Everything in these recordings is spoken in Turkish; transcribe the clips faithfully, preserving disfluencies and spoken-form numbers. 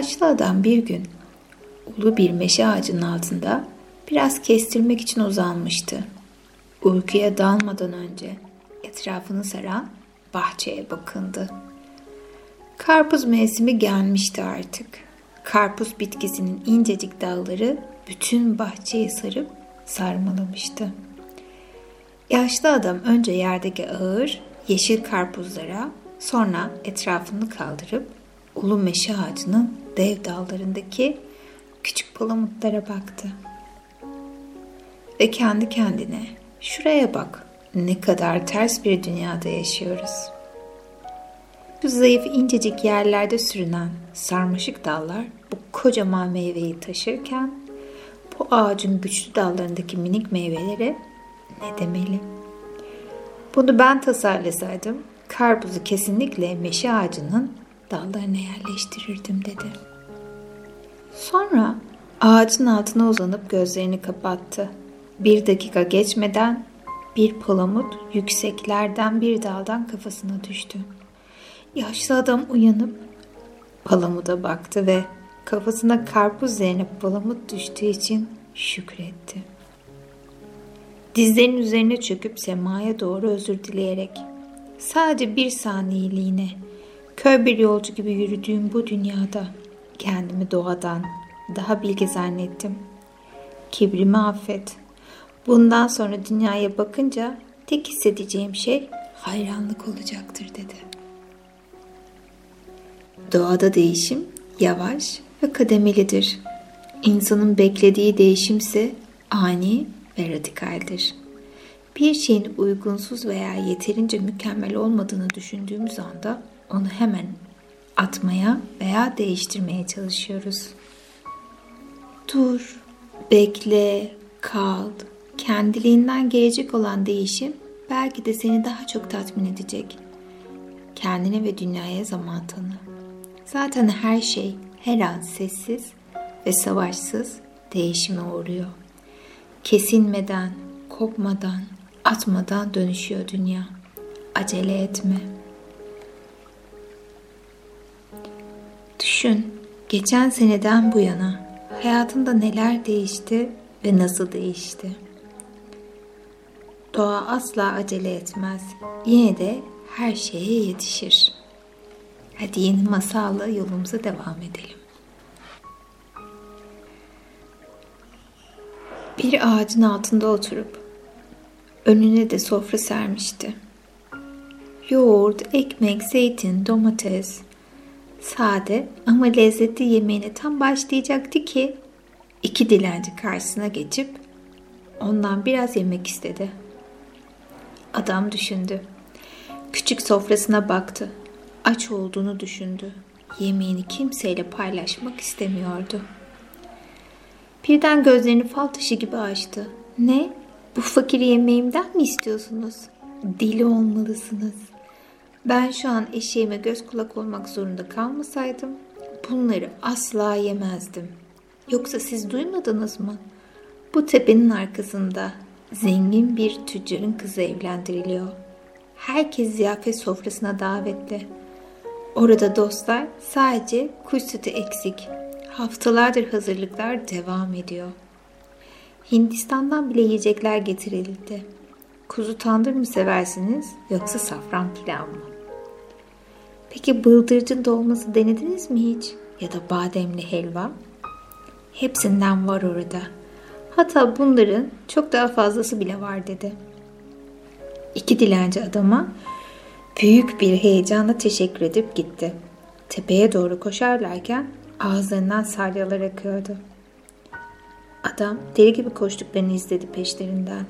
Yaşlı adam bir gün ulu bir meşe ağacının altında biraz kestirmek için uzanmıştı. Uykuya dalmadan önce etrafını saran bahçeye bakındı. Karpuz mevsimi gelmişti artık. Karpuz bitkisinin incecik dalları bütün bahçeyi sarıp sarmalamıştı. Yaşlı adam önce yerdeki ağır, yeşil karpuzlara, sonra etrafını kaldırıp ulu meşe ağacının dev dallarındaki küçük palamutlara baktı. Ve kendi kendine, şuraya bak, ne kadar ters bir dünyada yaşıyoruz. Bu zayıf incecik yerlerde sürünen sarmaşık dallar bu kocaman meyveyi taşırken, bu ağacın güçlü dallarındaki minik meyvelere ne demeli? Bunu ben tasarlasaydım, karpuzu kesinlikle meşe ağacının dallarına yerleştirirdim dedi. Sonra ağacın altına uzanıp gözlerini kapattı. Bir dakika geçmeden bir palamut yükseklerden bir daldan kafasına düştü. Yaşlı adam uyanıp palamuda baktı ve kafasına karpuz üzerine palamut düştüğü için şükretti. Dizlerinin üzerine çöküp semaya doğru özür dileyerek, sadece bir saniyeliğine kör bir yolcu gibi yürüdüğüm bu dünyada kendimi doğadan daha bilge zannettim. Kibrimi affet. Bundan sonra dünyaya bakınca tek hissedeceğim şey hayranlık olacaktır dedi. Doğada değişim yavaş ve kademelidir. İnsanın beklediği değişimse ani ve radikaldir. Bir şeyin uygunsuz veya yeterince mükemmel olmadığını düşündüğümüz anda onu hemen atmaya veya değiştirmeye çalışıyoruz. Dur, bekle, kal. Kendiliğinden gelecek olan değişim belki de seni daha çok tatmin edecek. Kendine ve dünyaya zaman tanı. Zaten her şey her an sessiz ve savaşsız değişime uğruyor. Kesilmeden, kopmadan, atmadan dönüşüyor dünya. Acele etme. Düşün, geçen seneden bu yana hayatında neler değişti ve nasıl değişti? Doğa asla acele etmez. Yine de her şeye yetişir. Hadi yeni masalla yolumuza devam edelim. Bir ağacın altında oturup önüne de sofra sermişti. Yoğurt, ekmek, zeytin, domates, sade ama lezzetli yemeğine tam başlayacaktı ki iki dilenci karşısına geçip ondan biraz yemek istedi. Adam düşündü. Küçük sofrasına baktı. Aç olduğunu düşündü. Yemeğini kimseyle paylaşmak istemiyordu. Birden gözlerini fal taşı gibi açtı. Ne? Bu fakir yemeğimden mi istiyorsunuz? Deli olmalısınız. Ben şu an eşeğime göz kulak olmak zorunda kalmasaydım bunları asla yemezdim. Yoksa siz duymadınız mı? Bu tepenin arkasında zengin bir tüccarın kızı evlendiriliyor. Herkes ziyafet sofrasına davetli. Orada dostlar sadece kuş sütü eksik. Haftalardır hazırlıklar devam ediyor. Hindistan'dan bile yiyecekler getirildi. Kuzu tandır mı seversiniz yoksa safran pilav mı? Peki bıldırcın dolması denediniz mi hiç? Ya da bademli helva? Hepsinden var orada. Hatta bunların çok daha fazlası bile var dedi. İki dilenci adama büyük bir heyecanla teşekkür edip gitti. Tepeye doğru koşarlarken ağızlarından salyalar akıyordu. Adam deli gibi koştuklarını izledi peşlerinden.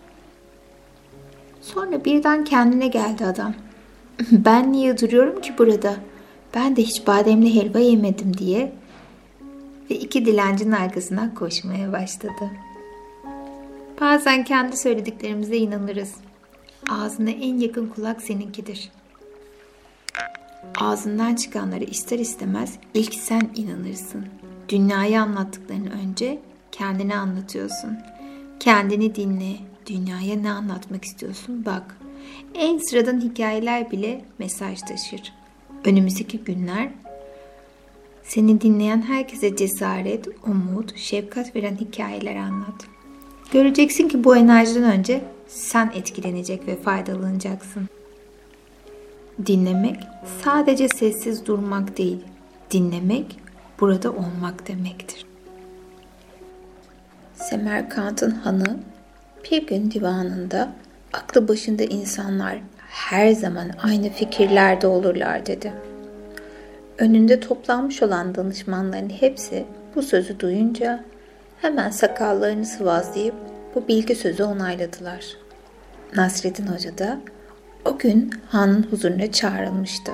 Sonra birden kendine geldi adam. Ben niye duruyorum ki burada? Ben de hiç bademli helva yemedim diye. Ve iki dilencinin arkasından koşmaya başladı. Bazen kendi söylediklerimize inanırız. Ağzına en yakın kulak seninkidir. Ağzından çıkanları ister istemez ilk sen inanırsın. Dünyayı anlattıklarını önce kendine anlatıyorsun. Kendini dinle. Dünyaya ne anlatmak istiyorsun bak. En sıradan hikayeler bile mesaj taşır. Önümüzdeki günler Seni dinleyen herkese cesaret, umut, şefkat veren hikayeler anlat. Göreceksin ki bu enerjiden önce sen etkilenecek ve faydalanacaksın. Dinlemek sadece sessiz durmak değil, dinlemek burada olmak demektir. Semerkant'ın hanı bir gün divanında aklı başında insanlar her zaman aynı fikirlerde olurlar dedi. Önünde toplanmış olan danışmanların hepsi bu sözü duyunca hemen sakallarını sıvazlayıp bu bilgi sözü onayladılar. Nasreddin Hoca da o gün hanın huzuruna çağrılmıştı.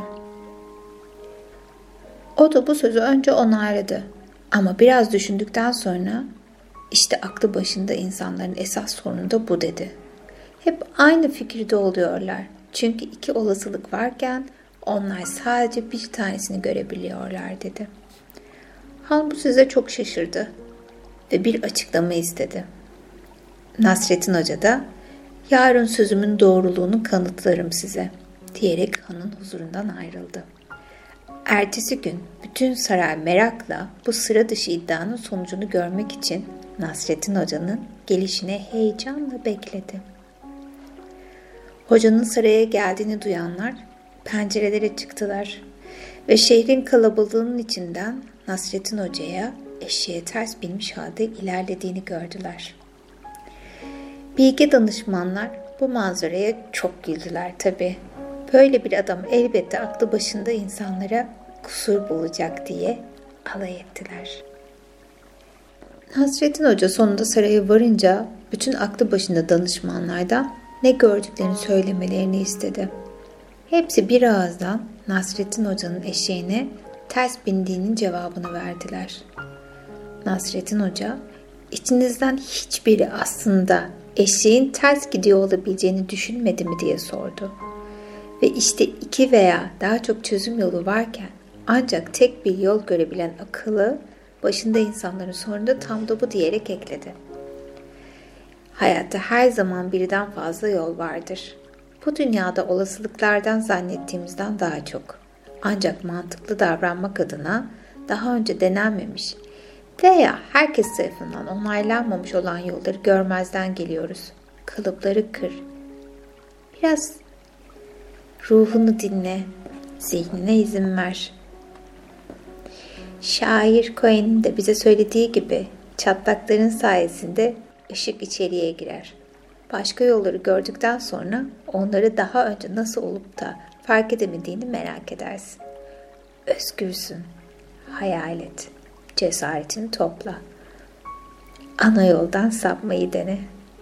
O da bu sözü önce onayladı ama biraz düşündükten sonra işte aklı başında insanların esas sorunu da bu dedi. Hep aynı fikirde oluyorlar çünkü iki olasılık varken onlar sadece bir tanesini görebiliyorlar dedi. Han bu söze çok şaşırdı ve bir açıklama istedi. Nasreddin Hoca da yarın sözümün doğruluğunu kanıtlarım size diyerek hanın huzurundan ayrıldı. Ertesi gün bütün saray merakla bu sıra dışı iddianın sonucunu görmek için Nasreddin Hoca'nın gelişine heyecanla bekledi. Hocanın saraya geldiğini duyanlar pencerelere çıktılar ve şehrin kalabalığının içinden Nasreddin Hoca'ya eşeğe ters binmiş halde ilerlediğini gördüler. Bilge danışmanlar bu manzaraya çok güldüler tabii. Böyle bir adam elbette aklı başında insanlara kusur bulacak diye alay ettiler. Nasreddin Hoca sonunda saraya varınca bütün aklı başında danışmanlardan ne gördüklerini söylemelerini istedi. Hepsi bir ağızdan Nasreddin Hoca'nın eşeğine ters bindiğinin cevabını verdiler. Nasreddin Hoca, içinizden hiçbiri aslında eşeğin ters gidiyor olabileceğini düşünmedi mi diye sordu. Ve işte iki veya daha çok çözüm yolu varken ancak tek bir yol görebilen akıllı, başında insanların sorunu da tam da bu diyerek ekledi. Hayatta her zaman birden fazla yol vardır. Bu dünyada olasılıklardan zannettiğimizden daha çok. Ancak mantıklı davranmak adına daha önce denenmemiş veya herkes tarafından onaylanmamış olan yolları görmezden geliyoruz. Kalıpları kır. Biraz ruhunu dinle, zihnine izin ver. Şair Cohen'in de bize söylediği gibi çatlakların sayesinde ışık içeriye girer. Başka yolları gördükten sonra onları daha önce nasıl olup da fark edemediğini merak edersin. Özgürsün. Hayal et. Cesaretini topla. Ana yoldan sapmayı dene.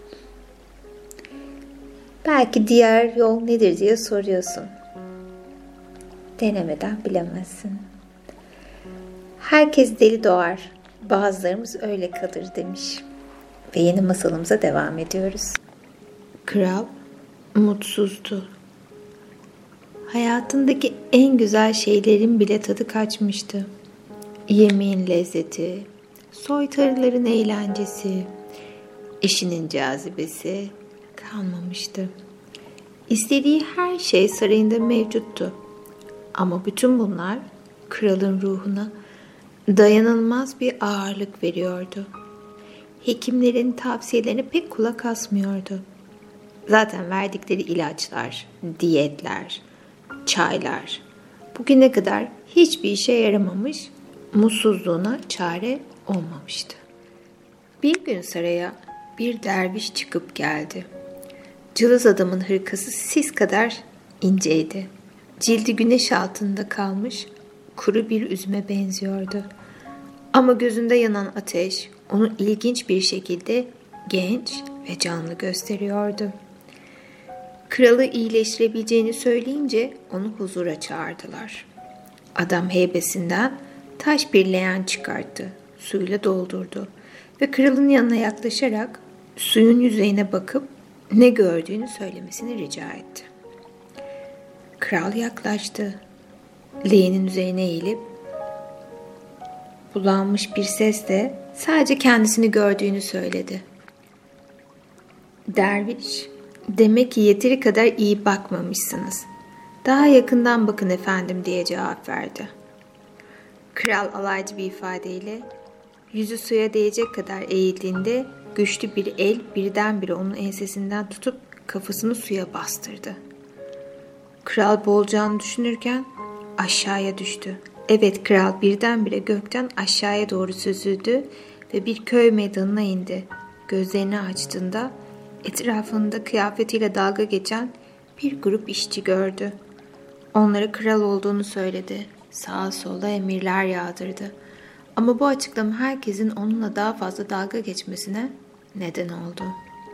Belki diğer yol nedir diye soruyorsun. Denemeden bilemezsin. Herkes deli doğar. Bazılarımız öyle kalır demiş. Ve yeni masalımıza devam ediyoruz. Kral mutsuzdu. Hayatındaki en güzel şeylerin bile tadı kaçmıştı. Yemeğin lezzeti, soytarıların eğlencesi, eşinin cazibesi kalmamıştı. İstediği her şey sarayında mevcuttu. Ama bütün bunlar kralın ruhuna dayanılmaz bir ağırlık veriyordu. Hekimlerin tavsiyelerine pek kulak asmıyordu. Zaten verdikleri ilaçlar, diyetler, çaylar bugüne kadar hiçbir işe yaramamış, mutsuzluğuna çare olmamıştı. Bir gün saraya bir derviş çıkıp geldi. Cılız adamın hırkası sis kadar inceydi. Cildi güneş altında kalmış, kuru bir üzüme benziyordu. Ama gözünde yanan ateş onu ilginç bir şekilde genç ve canlı gösteriyordu. Kralı iyileştirebileceğini söyleyince onu huzura çağırdılar. Adam heybesinden taş bir leğen çıkarttı, suyla doldurdu ve kralın yanına yaklaşarak suyun yüzeyine bakıp ne gördüğünü söylemesini rica etti. Kral yaklaştı. Leğenin üzerine eğilip bulanmış bir sesle sadece kendisini gördüğünü söyledi. Derviş, demek ki yeteri kadar iyi bakmamışsınız. Daha yakından bakın efendim diye cevap verdi. Kral alaycı bir ifadeyle yüzü suya değecek kadar eğildiğinde güçlü bir el birdenbire onun ensesinden tutup kafasını suya bastırdı. Kral boğulacağını düşünürken aşağıya düştü. Evet, kral birdenbire gökten aşağıya doğru süzüldü ve bir köy meydanına indi. Gözlerini açtığında etrafında kıyafetiyle dalga geçen bir grup işçi gördü. Onlara kral olduğunu söyledi. Sağa sola emirler yağdırdı. Ama bu açıklama herkesin onunla daha fazla dalga geçmesine neden oldu.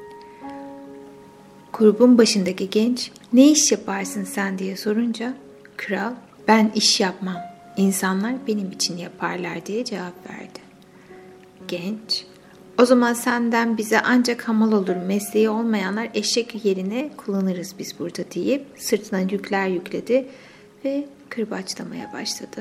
Grubun başındaki genç, "Ne iş yaparsın sen?" diye sorunca kral, "Ben iş yapmam. İnsanlar benim için yaparlar." diye cevap verdi. Genç, "O zaman senden bize ancak hamal olur, mesleği olmayanlar eşek yerine kullanırız biz burada." deyip sırtına yükler yükledi ve kırbaçlamaya başladı.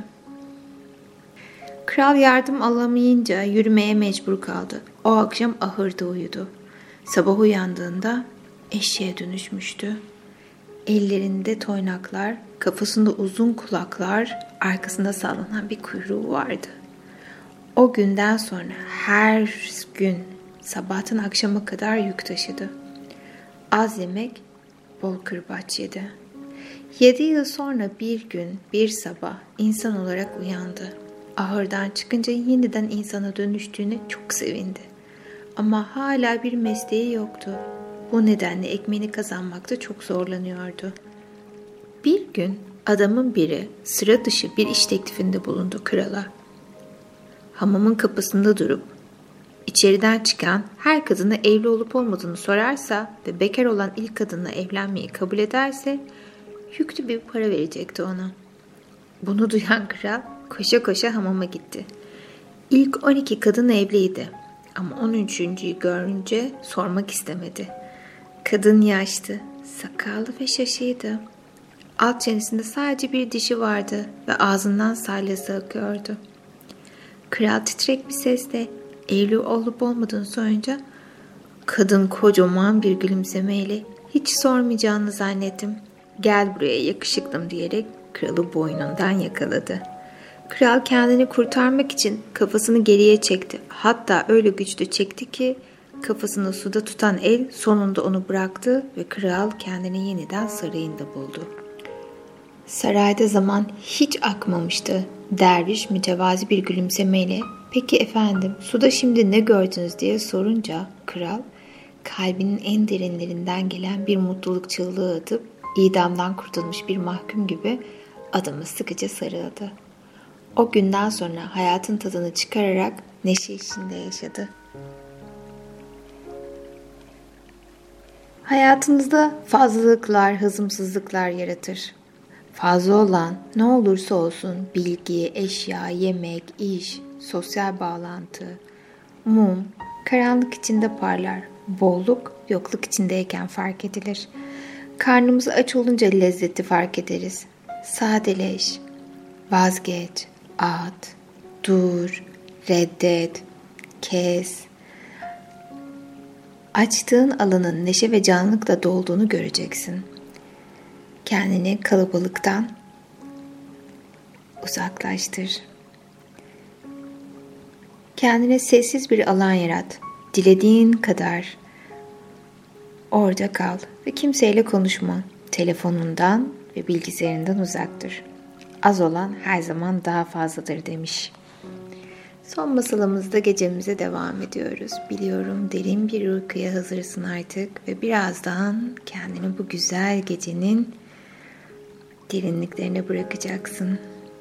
Kral yardım alamayınca yürümeye mecbur kaldı. O akşam ahırda uyudu. Sabah uyandığında eşeğe dönüşmüştü. Ellerinde toynaklar, kafasında uzun kulaklar, arkasında sallanan bir kuyruğu vardı. O günden sonra her gün sabahtan akşama kadar yük taşıdı. Az yemek, bol kırbaç yedi. Yedi yıl sonra bir gün, bir sabah insan olarak uyandı. Ahırdan çıkınca yeniden insana dönüştüğüne çok sevindi. Ama hala bir mesleği yoktu. Bu nedenle ekmeğini kazanmakta çok zorlanıyordu. Bir gün adamın biri sıra dışı bir iş teklifinde bulundu krala. Hamamın kapısında durup içeriden çıkan her kadına evli olup olmadığını sorarsa ve bekar olan ilk kadınla evlenmeyi kabul ederse yüklü bir para verecekti ona. Bunu duyan kral koşa koşa hamama gitti. İlk on iki kadın evliydi ama on üçüncüyü görünce sormak istemedi. Kadın yaşlı, sakallı ve şaşıydı. Alt çenesinde sadece bir dişi vardı ve ağzından salyası akıyordu. Kral titrek bir sesle evli olup olmadığını sorunca kadın kocaman bir gülümsemeyle "Hiç sormayacağını zannettim. Gel buraya yakışıklım." diyerek kralı boynundan yakaladı. Kral kendini kurtarmak için kafasını geriye çekti. Hatta öyle güçlü çekti ki kafasını suda tutan el sonunda onu bıraktı ve kral kendini yeniden sarayında buldu. Sarayda zaman hiç akmamıştı. Derviş mütevazi bir gülümsemeyle "Peki efendim, suda şimdi ne gördünüz?" diye sorunca kral kalbinin en derinlerinden gelen bir mutluluk çığlığı atıp idamdan kurtulmuş bir mahkum gibi adamı sıkıca sarıldı. O günden sonra hayatın tadını çıkararak neşe içinde yaşadı. Hayatınızda fazlalıklar, hazımsızlıklar yaratır. Fazla olan ne olursa olsun bilgi, eşya, yemek, iş, sosyal bağlantı, mum, karanlık içinde parlar. Bolluk, yokluk içindeyken fark edilir. Karnımız aç olunca lezzeti fark ederiz. Sadeleş, vazgeç, at, dur, reddet, kes. Açtığın alanın neşe ve canlılıkla dolduğunu göreceksin. Kendini kalabalıktan uzaklaştır. Kendine sessiz bir alan yarat. Dilediğin kadar orada kal ve kimseyle konuşma. Telefonundan ve bilgisayarından uzak dur. Az olan her zaman daha fazladır demiş. Son masalımızda gecemize devam ediyoruz. Biliyorum derin bir uykuya hazırsın artık ve birazdan kendini bu güzel gecenin derinliklerine bırakacaksın.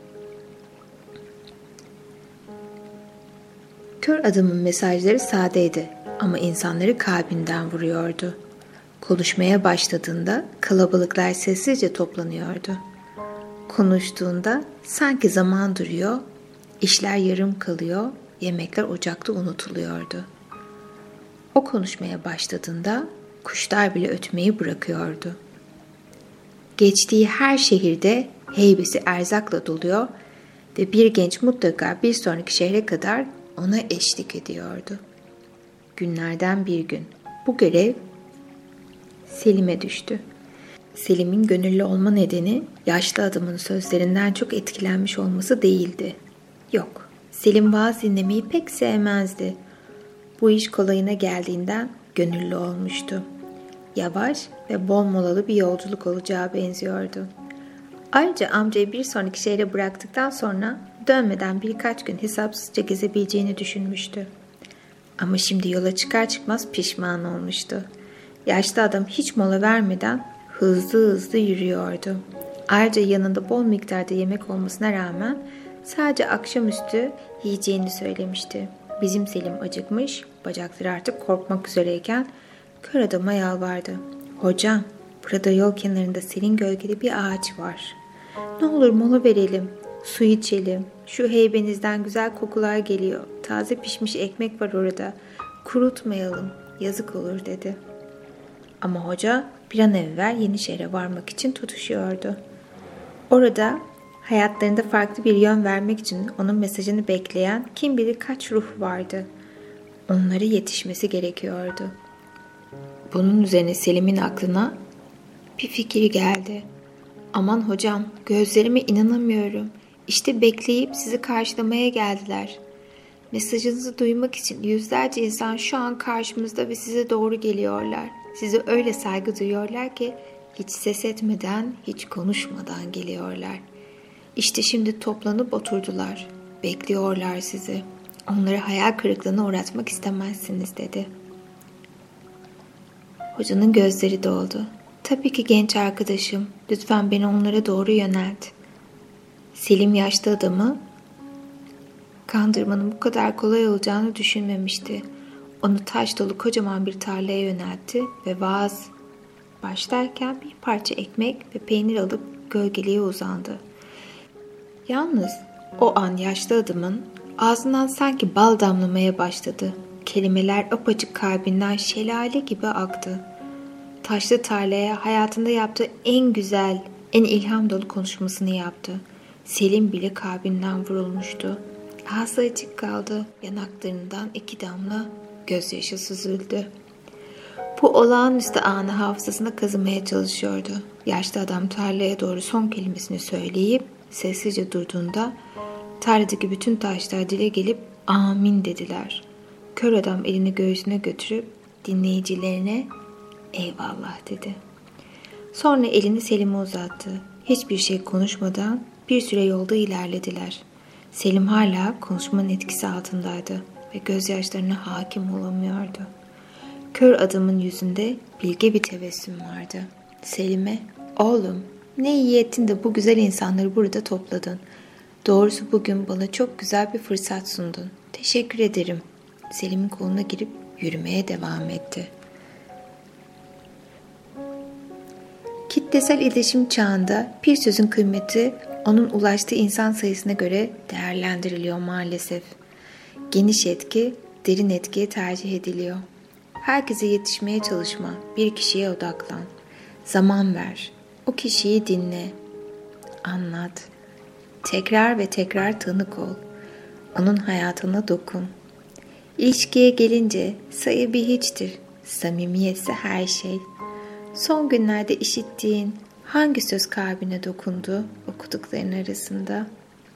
Kör adamın mesajları sadeydi ama insanları kalbinden vuruyordu. Konuşmaya başladığında kalabalıklar sessizce toplanıyordu. Konuştuğunda sanki zaman duruyor, işler yarım kalıyor, yemekler ocakta unutuluyordu. O konuşmaya başladığında kuşlar bile ötmeyi bırakıyordu. Geçtiği her şehirde heybesi erzakla doluyor ve bir genç mutlaka bir sonraki şehre kadar ona eşlik ediyordu. Günlerden bir gün bu görev Selim'e düştü. Selim'in gönüllü olma nedeni yaşlı adamın sözlerinden çok etkilenmiş olması değildi. Yok, Selim vaaz dinlemeyi pek sevmezdi. Bu iş kolayına geldiğinden gönüllü olmuştu. Yavaş ve bol molalı bir yolculuk olacağı benziyordu. Ayrıca amcayı bir sonraki şehre bıraktıktan sonra dönmeden birkaç gün hesapsızca gezebileceğini düşünmüştü. Ama şimdi yola çıkar çıkmaz pişman olmuştu. Yaşlı adam hiç mola vermeden hızlı hızlı yürüyordu. Ayrıca yanında bol miktarda yemek olmasına rağmen sadece akşamüstü yiyeceğini söylemişti. Bizim Selim acıkmış, bacakları artık korkmak üzereyken kör adama yalvardı. "Hocam, burada yol kenarında serin gölgeli bir ağaç var. Ne olur mola verelim, su içelim. Şu heybenizden güzel kokular geliyor. Taze pişmiş ekmek var orada. Kurutmayalım, yazık olur," dedi. Ama hoca bir an evvel yeni şehre varmak için tutuşuyordu. Orada hayatlarında farklı bir yön vermek için onun mesajını bekleyen kim bilir kaç ruh vardı. Onlara yetişmesi gerekiyordu. Bunun üzerine Selim'in aklına bir fikir geldi. "Aman hocam, gözlerime inanamıyorum. İşte bekleyip sizi karşılamaya geldiler. Mesajınızı duymak için yüzlerce insan şu an karşımızda ve size doğru geliyorlar. Size öyle saygı duyuyorlar ki hiç ses etmeden, hiç konuşmadan geliyorlar. İşte şimdi toplanıp oturdular. Bekliyorlar sizi. Onları hayal kırıklığına uğratmak istemezsiniz," dedi. Hocanın gözleri doldu. "Tabii ki genç arkadaşım. Lütfen beni onlara doğru yönelt." Selim yaşlı adamı kandırmanın bu kadar kolay olacağını düşünmemişti. Onu taş dolu kocaman bir tarlaya yöneltti ve vaaz başlarken bir parça ekmek ve peynir alıp gölgeliğe uzandı. Yalnız o an yaşlı adamın ağzından sanki bal damlamaya başladı. Kelimeler apaçık kalbinden şelale gibi aktı. Taşlı tarlaya hayatında yaptığı en güzel, en ilham dolu konuşmasını yaptı. Selim bile kalbinden vurulmuştu. Ağzı açık kaldı. Yanaklarından iki damla gözyaşı süzüldü. Bu olağanüstü anı hafızasına kazımaya çalışıyordu. Yaşlı adam tarlaya doğru son kelimesini söyleyip sessizce durduğunda tarladaki bütün taşlar dile gelip "Amin" dediler. Kör adam elini göğsüne götürüp dinleyicilerine "Eyvallah" dedi. Sonra elini Selim'e uzattı. Hiçbir şey konuşmadan bir süre yolda ilerlediler. Selim hala konuşmanın etkisi altındaydı ve gözyaşlarına hakim olamıyordu. Kör adamın yüzünde bilge bir tebessüm vardı. Selim'e "Oğlum, ne iyi ettin de bu güzel insanları burada topladın. Doğrusu bugün bana çok güzel bir fırsat sundun. Teşekkür ederim." Selim'in koluna girip yürümeye devam etti. Kitlesel iletişim çağında bir sözün kıymeti onun ulaştığı insan sayısına göre değerlendiriliyor maalesef. Geniş etki, derin etkiye tercih ediliyor. Herkese yetişmeye çalışma, bir kişiye odaklan. Zaman ver, o kişiyi dinle, anlat. Tekrar ve tekrar tanık ol. Onun hayatına dokun. İlişkiye gelince sayı bir hiçtir, samimiyetse her şey. Son günlerde işittiğin hangi söz kalbine dokundu okudukların arasında?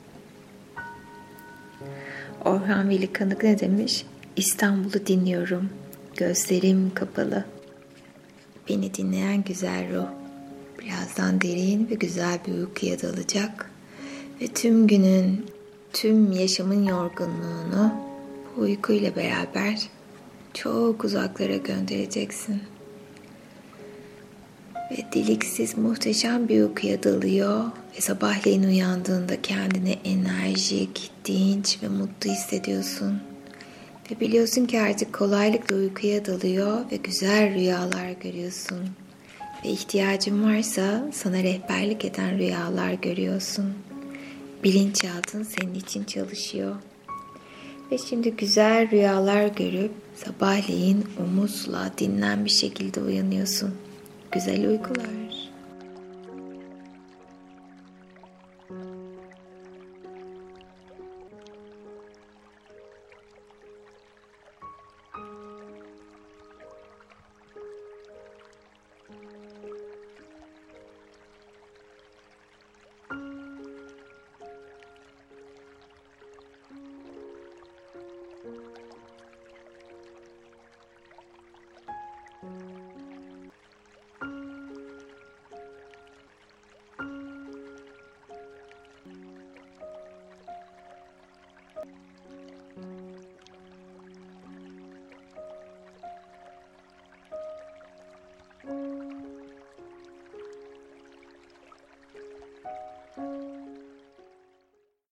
Orhan Veli Kanık ne demiş? "İstanbul'u dinliyorum, gözlerim kapalı." Beni dinleyen güzel ruh birazdan derin ve güzel bir uykuya dalacak ve tüm günün, tüm yaşamın yorgunluğunu bu uykuyla beraber çok uzaklara göndereceksin. Ve deliksiz muhteşem bir uykuya dalıyor ve sabahleyin uyandığında kendini enerjik, dinç ve mutlu hissediyorsun. Ve biliyorsun ki artık kolaylıkla uykuya dalıyor ve güzel rüyalar görüyorsun. Ve ihtiyacın varsa sana rehberlik eden rüyalar görüyorsun. Bilinçaltın senin için çalışıyor. Ve şimdi güzel rüyalar görüp sabahleyin umutla dinlen bir şekilde uyanıyorsun. Güzel uykular.